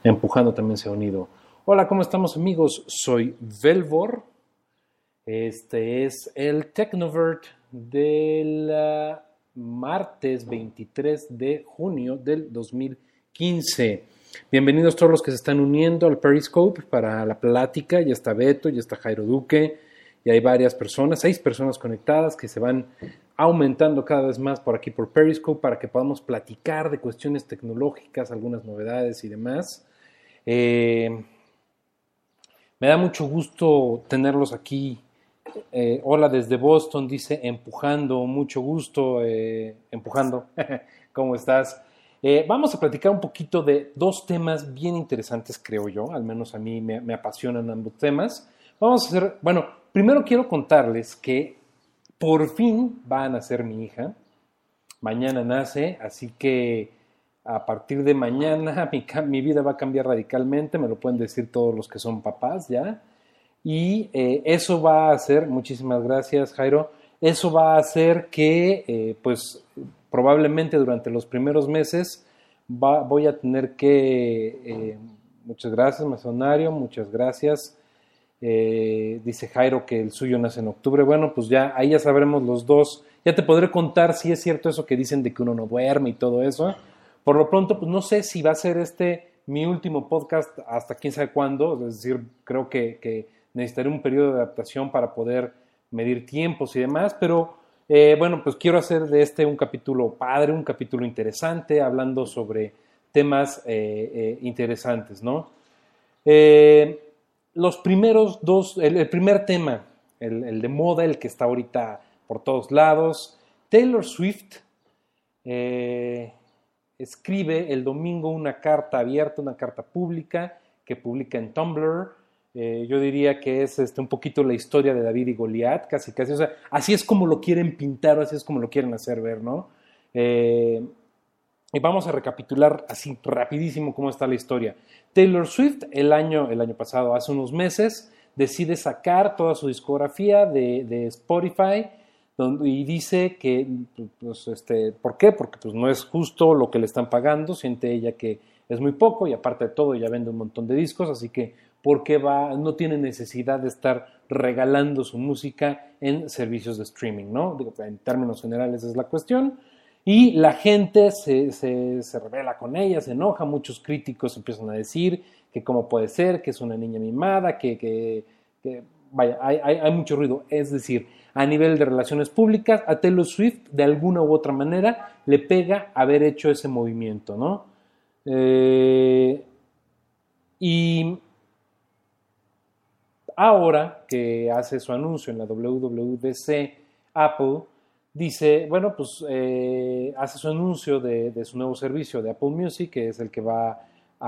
Empujando también se ha unido. Hola, ¿cómo estamos, amigos? Soy Velvor. Este es el Technovert del martes 23 de junio del 2015. Bienvenidos todos los que se están uniendo al Periscope para la plática. Ya está Beto, ya está Jairo Duque, y hay varias personas, 6 personas conectadas que se van aumentando cada vez más por aquí por Periscope para que podamos platicar de cuestiones tecnológicas, algunas novedades y demás. Me da mucho gusto tenerlos aquí. Hola desde Boston, dice empujando, mucho gusto, empujando. ¿Cómo estás? Vamos a platicar un poquito de 2 temas bien interesantes, creo yo, al menos a mí me apasionan ambos temas. Vamos a hacer, bueno, primero quiero contarles que por fin va a nacer mi hija. Mañana nace, así que a partir de mañana mi vida va a cambiar radicalmente, me lo pueden decir todos los que son papás ya. Y eso va a hacer, muchísimas gracias Jairo, eso va a hacer que pues probablemente durante los primeros meses voy a tener que, muchas gracias Masonario, muchas gracias. Dice Jairo que el suyo nace en octubre. Bueno, pues ya, ahí ya sabremos los dos. Ya te podré contar si es cierto eso que dicen de que uno no duerme y todo eso. Por lo pronto, pues no sé si va a ser mi último podcast hasta quién sabe cuándo. Es decir, creo que necesitaré un periodo de adaptación para poder medir tiempos y demás. Pero bueno, pues quiero hacer de un capítulo padre, un capítulo interesante, hablando sobre temas interesantes, ¿no? Los primeros 2, el primer tema, el de moda, el que está ahorita por todos lados. Taylor Swift escribe el domingo una carta abierta, una carta pública que publica en Tumblr. Yo diría que es un poquito la historia de David y Goliat, casi. O sea, así es como lo quieren pintar, así es como lo quieren hacer ver, ¿no? Y vamos a recapitular así rapidísimo cómo está la historia. Taylor Swift el año pasado, hace unos meses, decide sacar toda su discografía de Spotify y dice que, pues, ¿por qué? Porque pues, no es justo lo que le están pagando, siente ella que es muy poco y aparte de todo ya vende un montón de discos, así que ¿por qué no tiene necesidad de estar regalando su música en servicios de streaming, ¿no? Digo, en términos generales es la cuestión. Y la gente se rebela con ella, se enoja, muchos críticos empiezan a decir que cómo puede ser, que es una niña mimada, que vaya, hay mucho ruido. Es decir, a nivel de relaciones públicas, a Taylor Swift de alguna u otra manera le pega haber hecho ese movimiento, ¿no? Y ahora que hace su anuncio en la WWDC, Apple dice, bueno, pues hace su anuncio de su nuevo servicio de Apple Music, que es el que va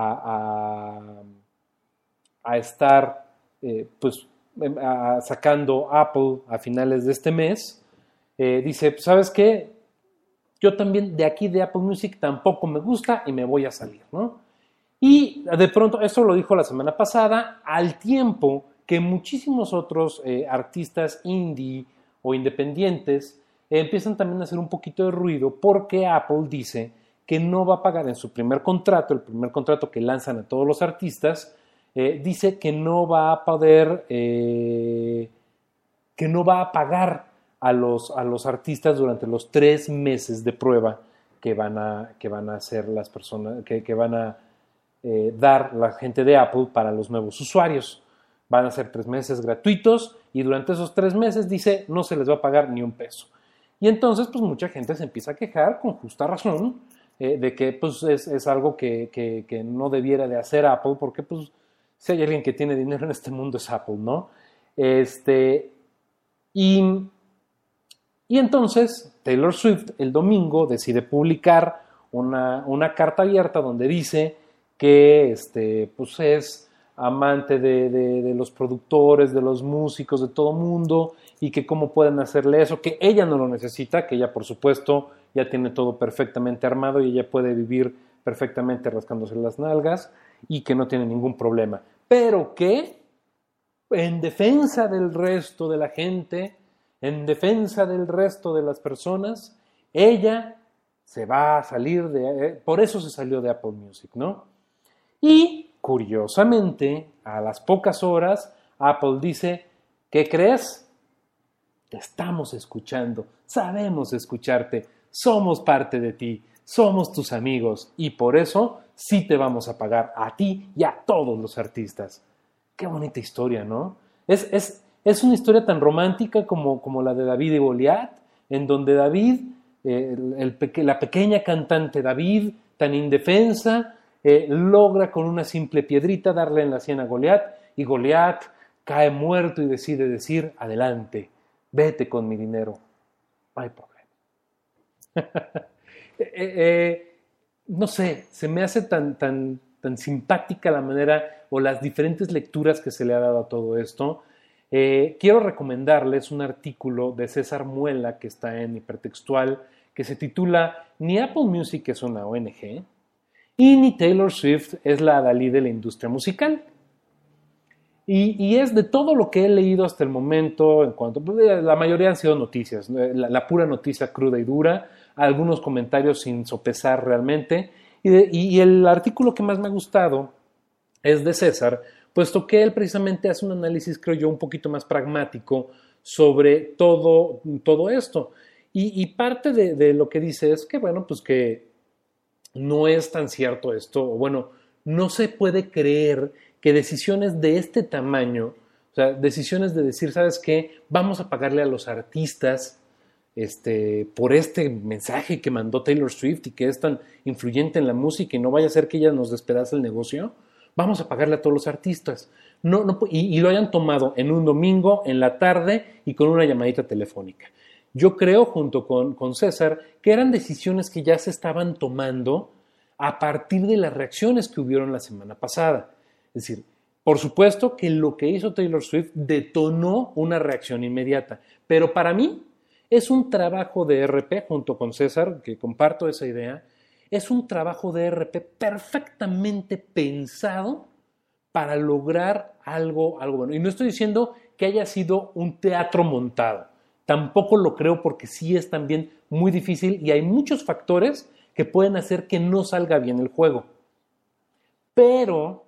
a estar pues sacando Apple a finales de este mes. Dice, ¿sabes qué? Yo también de aquí de Apple Music tampoco me gusta y me voy a salir, ¿no? Y de pronto, eso lo dijo la semana pasada, al tiempo que muchísimos otros artistas indie o independientes empiezan también a hacer un poquito de ruido porque Apple dice que no va a pagar en su primer contrato, el primer contrato que lanzan a todos los artistas, dice que no va a poder, que no va a pagar a los artistas durante los 3 meses de prueba que van a hacer las personas, que van a dar la gente de Apple para los nuevos usuarios. Van a ser 3 meses gratuitos y durante esos 3 meses dice no se les va a pagar ni un peso. Y entonces pues mucha gente se empieza a quejar con justa razón de que pues es algo que no debiera de hacer Apple porque pues si hay alguien que tiene dinero en este mundo es Apple, ¿no? Y entonces Taylor Swift el domingo decide publicar una carta abierta donde dice que pues es amante de los productores, de los músicos, de todo mundo, y que cómo pueden hacerle eso, que ella no lo necesita, que ella por supuesto ya tiene todo perfectamente armado y ella puede vivir perfectamente rascándose las nalgas y que no tiene ningún problema. Pero que en defensa del resto de la gente, en defensa del resto de las personas, ella se va a salir por eso se salió de Apple Music, ¿no? Y Curiosamente, a las pocas horas, Apple dice, ¿qué crees? Te estamos escuchando, sabemos escucharte, somos parte de ti, somos tus amigos y por eso sí te vamos a pagar a ti y a todos los artistas. Qué bonita historia, ¿no? Es una historia tan romántica como la de David y Goliat, en donde David, la pequeña cantante David, tan indefensa, logra con una simple piedrita darle en la sien a Goliat y Goliat cae muerto y decide decir, adelante, vete con mi dinero, no hay problema. No sé, se me hace tan simpática la manera o las diferentes lecturas que se le ha dado a todo esto. Quiero recomendarles un artículo de César Muela que está en Hipertextual que se titula Ni Apple Music es una ONG y ni Taylor Swift es la Dalí de la industria musical. Y es de todo lo que he leído hasta el momento, en cuanto la mayoría han sido noticias, la pura noticia cruda y dura, algunos comentarios sin sopesar realmente, y el artículo que más me ha gustado es de César, puesto que él precisamente hace un análisis, creo yo, un poquito más pragmático sobre todo esto. Y parte de lo que dice es que, bueno, pues que no es tan cierto esto, o bueno, no se puede creer que decisiones de este tamaño, o sea, decisiones de decir, ¿sabes qué? Vamos a pagarle a los artistas por este mensaje que mandó Taylor Swift y que es tan influyente en la música y no vaya a ser que ella nos despedace el negocio, vamos a pagarle a todos los artistas. Y lo hayan tomado en un domingo, en la tarde y con una llamadita telefónica. Yo creo, junto con César, que eran decisiones que ya se estaban tomando a partir de las reacciones que hubieron la semana pasada. Es decir, por supuesto que lo que hizo Taylor Swift detonó una reacción inmediata, pero para mí es un trabajo de RP, junto con César, que comparto esa idea, es un trabajo de RP perfectamente pensado para lograr algo bueno. Y no estoy diciendo que haya sido un teatro montado, tampoco lo creo porque sí es también muy difícil y hay muchos factores que pueden hacer que no salga bien el juego. Pero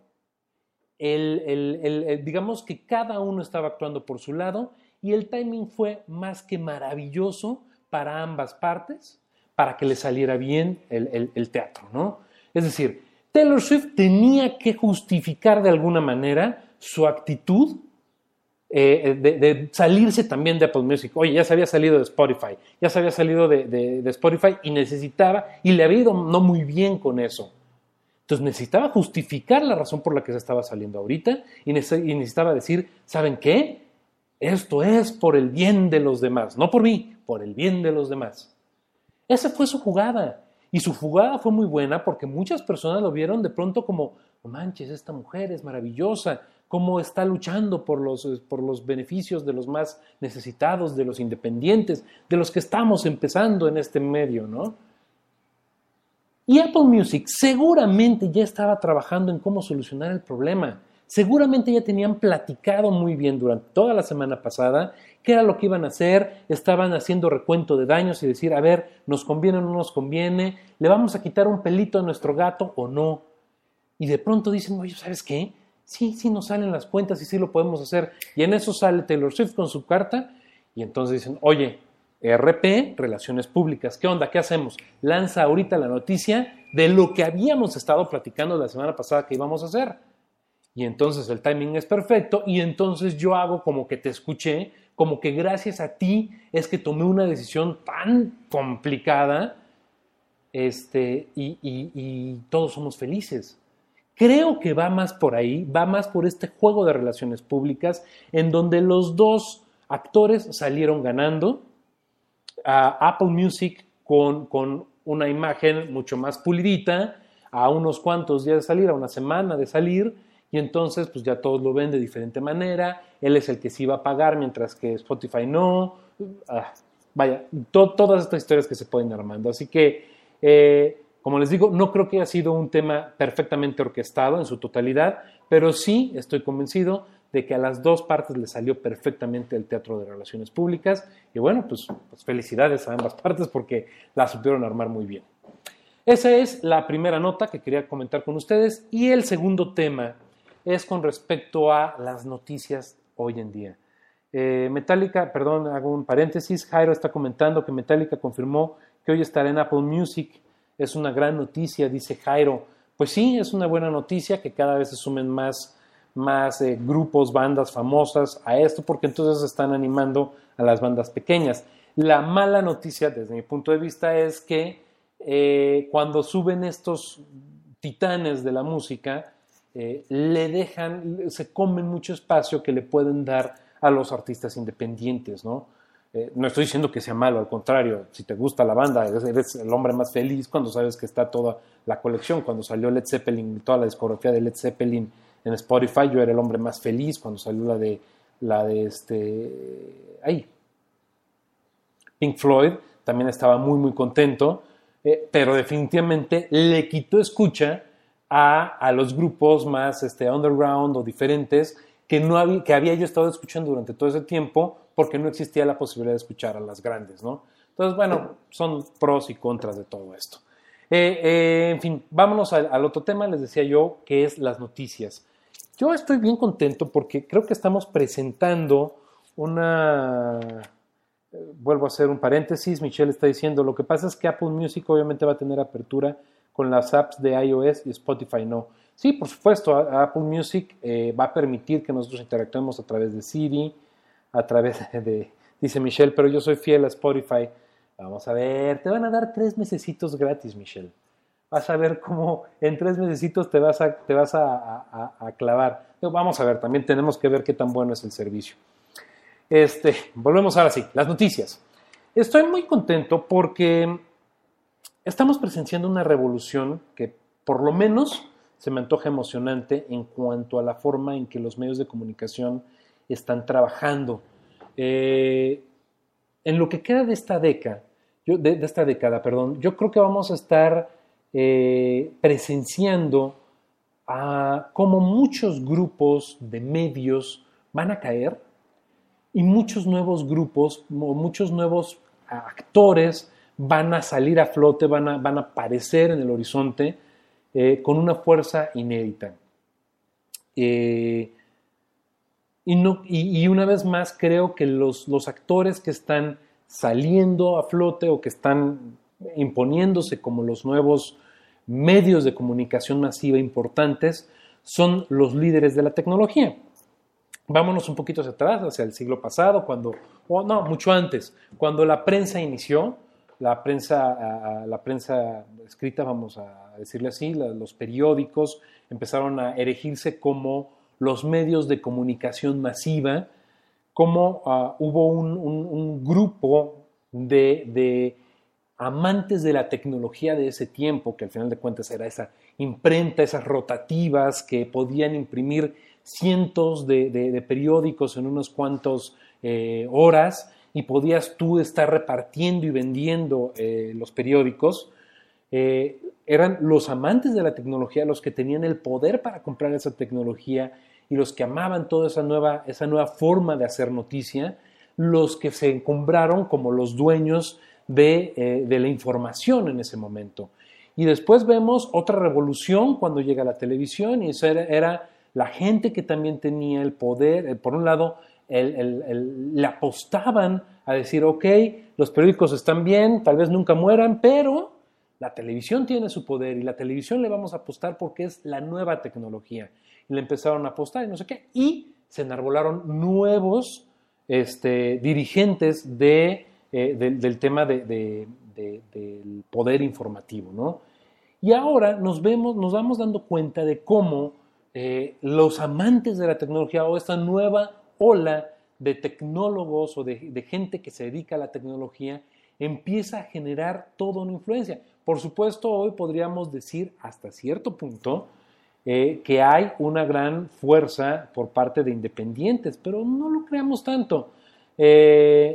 digamos que cada uno estaba actuando por su lado y el timing fue más que maravilloso para ambas partes para que le saliera bien el teatro, ¿no? Es decir, Taylor Swift tenía que justificar de alguna manera su actitud de salirse también de Apple Music. Oye, ya se había salido de Spotify, ya se había salido de Spotify y necesitaba, y le había ido no muy bien con eso. Entonces necesitaba justificar la razón por la que se estaba saliendo ahorita y necesitaba decir, ¿saben qué? Esto es por el bien de los demás, no por mí, por el bien de los demás. Esa fue su jugada. Y su jugada fue muy buena porque muchas personas lo vieron de pronto como, no manches, esta mujer es maravillosa, cómo está luchando por los beneficios de los más necesitados, de los independientes, de los que estamos empezando en este medio, ¿no? Y Apple Music seguramente ya estaba trabajando en cómo solucionar el problema. Seguramente ya tenían platicado muy bien durante toda la semana pasada qué era lo que iban a hacer, estaban haciendo recuento de daños y decir, a ver, ¿nos conviene o no nos conviene? ¿Le vamos a quitar un pelito a nuestro gato o no? Y de pronto dicen, oye, ¿sabes qué? Sí nos salen las cuentas y sí lo podemos hacer. Y en eso sale Taylor Swift con su carta y entonces dicen, oye, RP, Relaciones Públicas, ¿qué onda? ¿Qué hacemos? Lanza ahorita la noticia de lo que habíamos estado platicando la semana pasada que íbamos a hacer. Y entonces el timing es perfecto y entonces yo hago como que te escuché, como que gracias a ti es que tomé una decisión tan complicada y todos somos felices. Creo que va más por ahí, va más por este juego de relaciones públicas en donde los dos actores salieron ganando. Apple Music con una imagen mucho más pulidita, a unos cuantos días de salir, a una semana de salir, y entonces pues ya todos lo ven de diferente manera, él es el que sí va a pagar mientras que Spotify no, vaya, todas estas historias que se pueden ir armando, así que como les digo, no creo que haya sido un tema perfectamente orquestado en su totalidad, pero sí estoy convencido de que a las dos partes les salió perfectamente el teatro de relaciones públicas y bueno, pues felicidades a ambas partes porque la supieron armar muy bien. Esa es la primera nota que quería comentar con ustedes. Y el segundo tema es con respecto a las noticias hoy en día. Metallica, perdón, hago un paréntesis. Jairo está comentando que Metallica confirmó que hoy estará en Apple Music. Es una gran noticia, dice Jairo. Pues sí, es una buena noticia que cada vez se sumen más grupos, bandas famosas a esto, porque entonces se están animando a las bandas pequeñas. La mala noticia, desde mi punto de vista, es que cuando suben estos titanes de la música, se comen mucho espacio que le pueden dar a los artistas independientes, ¿no? No estoy diciendo que sea malo, al contrario, si te gusta la banda, eres el hombre más feliz cuando sabes que está toda la colección. Cuando salió Led Zeppelin, toda la discografía de Led Zeppelin en Spotify, yo era el hombre más feliz. Cuando salió la de Pink Floyd, también estaba muy, muy contento, pero definitivamente le quitó escucha a los grupos más underground o diferentes que había yo estado escuchando durante todo ese tiempo, porque no existía la posibilidad de escuchar a las grandes, ¿no? Entonces, bueno, son pros y contras de todo esto. En fin, vámonos al otro tema, les decía yo, que es las noticias. Yo estoy bien contento porque creo que estamos presentando vuelvo a hacer un paréntesis, Michelle está diciendo, lo que pasa es que Apple Music obviamente va a tener apertura con las apps de iOS y Spotify no. Sí, por supuesto, Apple Music va a permitir que nosotros interactuemos a través de Siri, a través dice Michelle, pero yo soy fiel a Spotify. Vamos a ver, te van a dar 3 mesecitos gratis, Michelle. Vas a ver cómo en 3 mesecitos te vas a clavar. Vamos a ver, también tenemos que ver qué tan bueno es el servicio. Volvemos ahora sí, las noticias. Estoy muy contento porque estamos presenciando una revolución que por lo menos se me antoja emocionante en cuanto a la forma en que los medios de comunicación están trabajando. En lo que queda de esta década, yo creo que vamos a estar presenciando a cómo muchos grupos de medios van a caer y muchos nuevos grupos, muchos nuevos actores van a salir a flote, van a aparecer en el horizonte con una fuerza inédita. Y una vez más creo que los actores que están saliendo a flote o que están imponiéndose como los nuevos medios de comunicación masiva importantes son los líderes de la tecnología. Vámonos un poquito hacia atrás, hacia el siglo pasado, mucho antes, cuando la prensa inició, la prensa escrita, vamos a decirle así, los periódicos empezaron a erigirse como los medios de comunicación masiva, como hubo un grupo de amantes de la tecnología de ese tiempo, que al final de cuentas era esa imprenta, esas rotativas que podían imprimir cientos de periódicos en unos cuantos horas, y podías tú estar repartiendo y vendiendo los periódicos. Eran los amantes de la tecnología los que tenían el poder para comprar esa tecnología y los que amaban toda esa nueva forma de hacer noticia, los que se encumbraron como los dueños de la información en ese momento. Y después vemos otra revolución cuando llega la televisión, y eso era la gente que también tenía el poder. Por un lado, le apostaban a decir, ok, los periódicos están bien, tal vez nunca mueran, pero la televisión tiene su poder y la televisión le vamos a apostar porque es la nueva tecnología. Y le empezaron a apostar y no sé qué, y se enarbolaron nuevos dirigentes del tema del poder informativo, ¿no? Y ahora nos vamos dando cuenta de cómo los amantes de la tecnología, o esta nueva ola de tecnólogos o de gente que se dedica a la tecnología, empieza a generar toda una influencia. Por supuesto, hoy podríamos decir hasta cierto punto que hay una gran fuerza por parte de independientes, pero no lo creamos tanto. El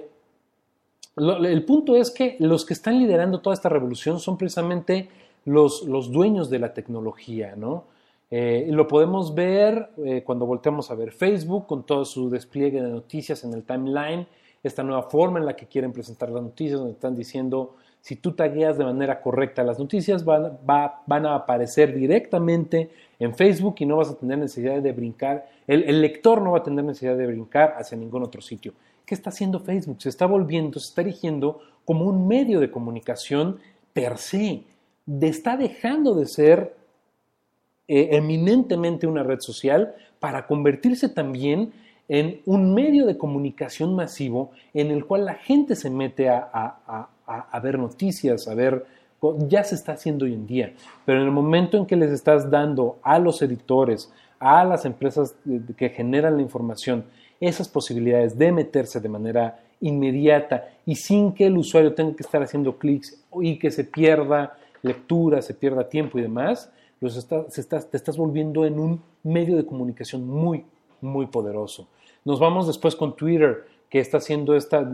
punto es que los que están liderando toda esta revolución son precisamente los dueños de la tecnología, ¿no? Lo podemos ver cuando volteamos a ver Facebook con todo su despliegue de noticias en el timeline, esta nueva forma en la que quieren presentar las noticias, donde están diciendo si tú tagueas de manera correcta las noticias, van a aparecer directamente en Facebook y no vas a tener necesidad de brincar, el lector no va a tener necesidad de brincar hacia ningún otro sitio. ¿Qué está haciendo Facebook? Se está erigiendo como un medio de comunicación per se. Está dejando de ser eminentemente una red social para convertirse también en un medio de comunicación masivo en el cual la gente se mete a ver noticias, ya se está haciendo hoy en día, pero en el momento en que les estás dando a los editores, a las empresas que generan la información, esas posibilidades de meterse de manera inmediata y sin que el usuario tenga que estar haciendo clics y que se pierda lectura, se pierda tiempo y demás, te estás volviendo en un medio de comunicación muy, muy poderoso. Nos vamos después con Twitter, que está haciendo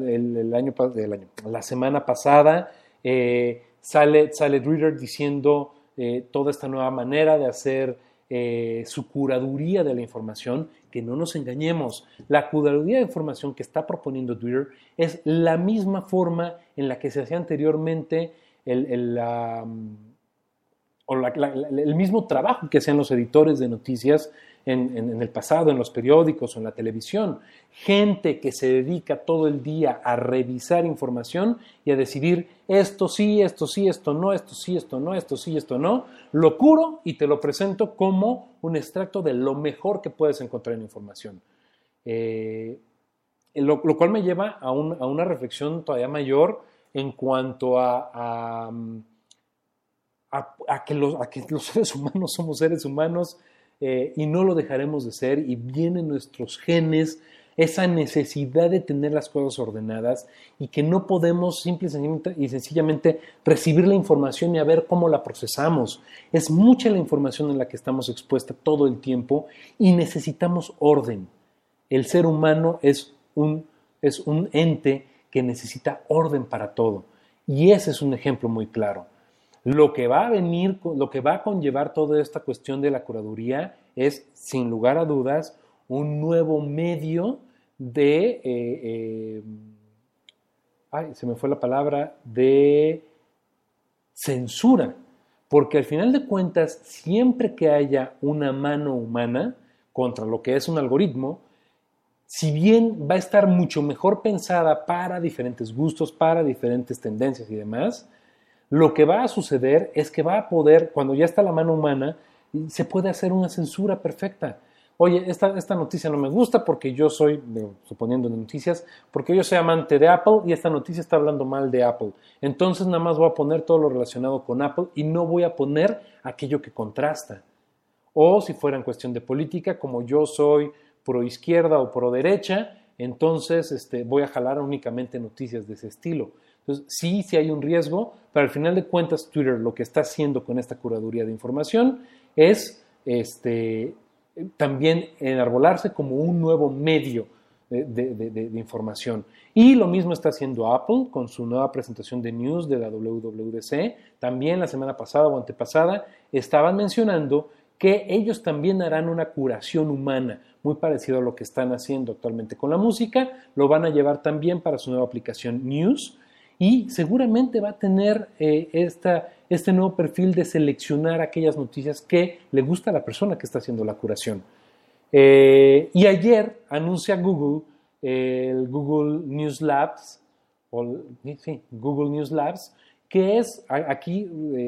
la semana pasada, sale Twitter diciendo toda esta nueva manera de hacer su curaduría de la información, que no nos engañemos, la curaduría de información que está proponiendo Twitter es la misma forma en la que se hacía anteriormente el mismo trabajo que hacían los editores de noticias en el pasado, en los periódicos o en la televisión. Gente que se dedica todo el día a revisar información y a decidir esto sí, esto sí, esto no, esto sí, esto no, esto sí, esto no. Lo curo y te lo presento como un extracto de lo mejor que puedes encontrar en información. Lo cual me lleva a una reflexión todavía mayor en cuanto a que los seres humanos somos seres humanos y no lo dejaremos de ser, y vienen nuestros genes, esa necesidad de tener las cosas ordenadas y que no podemos simple y sencillamente recibir la información y a ver cómo la procesamos. Es mucha la información en la que estamos expuestos todo el tiempo y necesitamos orden. El ser humano es un ente que necesita orden para todo, y ese es un ejemplo muy claro. Lo que va a conllevar toda esta cuestión de la curaduría es, sin lugar a dudas, un nuevo medio de, se me fue la palabra, de censura. Porque al final de cuentas, siempre que haya una mano humana contra lo que es un algoritmo, si bien va a estar mucho mejor pensada para diferentes gustos, para diferentes tendencias y demás, lo que va a suceder es que va a poder, cuando ya está la mano humana, se puede hacer una censura perfecta. Oye, esta noticia no me gusta porque yo soy, suponiendo de noticias, porque yo soy amante de Apple y esta noticia está hablando mal de Apple. Entonces nada más voy a poner todo lo relacionado con Apple y no voy a poner aquello que contrasta. O si fuera en cuestión de política, como yo soy pro izquierda o pro derecha, entonces voy a jalar únicamente noticias de ese estilo. Entonces, sí hay un riesgo, pero al final de cuentas Twitter lo que está haciendo con esta curaduría de información es también enarbolarse como un nuevo medio de información. Y lo mismo está haciendo Apple con su nueva presentación de news de la WWDC. También la semana pasada o antepasada estaban mencionando que ellos también harán una curación humana, muy parecido a lo que están haciendo actualmente con la música. Lo van a llevar también para su nueva aplicación News, y seguramente va a tener este nuevo perfil de seleccionar aquellas noticias que le gusta a la persona que está haciendo la curación. Y ayer anuncia Google el Google News Labs, Google News Labs, que es aquí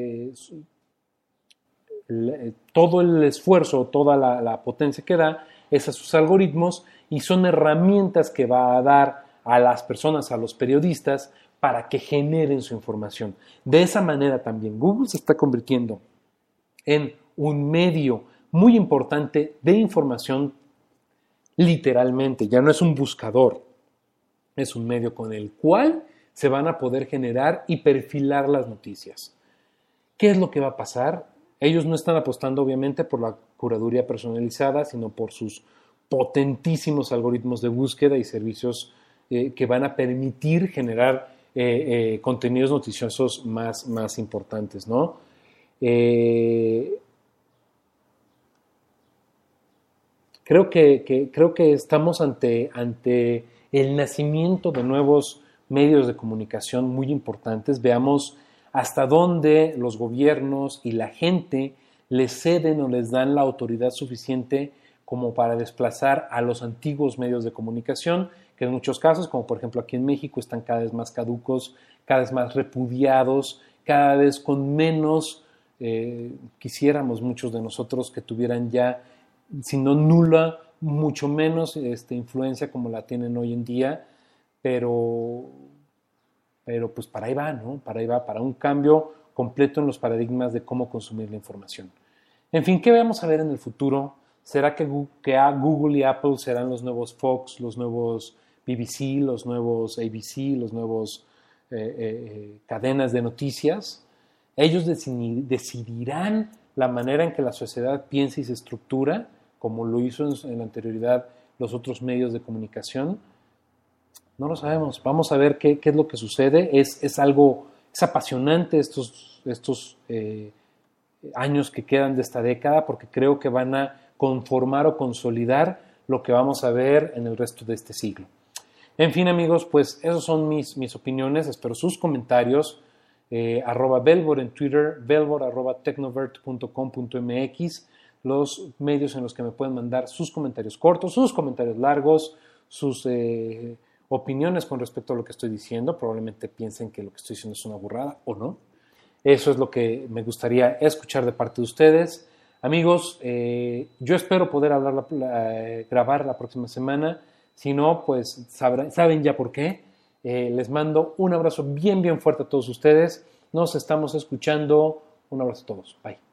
todo el esfuerzo, toda la potencia que da es a sus algoritmos, y son herramientas que va a dar a las personas, a los periodistas, para que generen su información. De esa manera también Google se está convirtiendo en un medio muy importante de información, literalmente. Ya no es un buscador, es un medio con el cual se van a poder generar y perfilar las noticias. ¿Qué es lo que va a pasar? Ellos no están apostando obviamente por la curaduría personalizada, sino por sus potentísimos algoritmos de búsqueda y servicios que van a permitir generar contenidos noticiosos más importantes, ¿no? Creo que estamos ante el nacimiento de nuevos medios de comunicación muy importantes, veamos hasta dónde los gobiernos y la gente les ceden o les dan la autoridad suficiente como para desplazar a los antiguos medios de comunicación, que en muchos casos, como por ejemplo aquí en México, están cada vez más caducos, cada vez más repudiados, cada vez con menos, quisiéramos muchos de nosotros que tuvieran ya, si no nula, mucho menos influencia como la tienen hoy en día, pero pues para ahí va, ¿no? Para ahí va, para un cambio completo en los paradigmas de cómo consumir la información. En fin, ¿qué vamos a ver en el futuro? ¿Será que Google y Apple serán los nuevos Fox, los nuevos BBC, los nuevos ABC, los nuevos cadenas de noticias? Ellos decidirán la manera en que la sociedad piensa y se estructura, como lo hizo en la anterioridad los otros medios de comunicación. No lo sabemos. Vamos a ver qué es lo que sucede. Es apasionante estos años que quedan de esta década, porque creo que van a conformar o consolidar lo que vamos a ver en el resto de este siglo. En fin, amigos, pues esas son mis opiniones. Espero sus comentarios. @Belbor en Twitter, belbor@tecnovert.com.mx, los medios en los que me pueden mandar sus comentarios cortos, sus comentarios largos, sus opiniones con respecto a lo que estoy diciendo. Probablemente piensen que lo que estoy diciendo es una burrada o no. Eso es lo que me gustaría escuchar de parte de ustedes. Amigos, yo espero poder grabar la próxima semana. Si no, pues saben ya por qué. Les mando un abrazo bien, bien fuerte a todos ustedes. Nos estamos escuchando. Un abrazo a todos. Bye.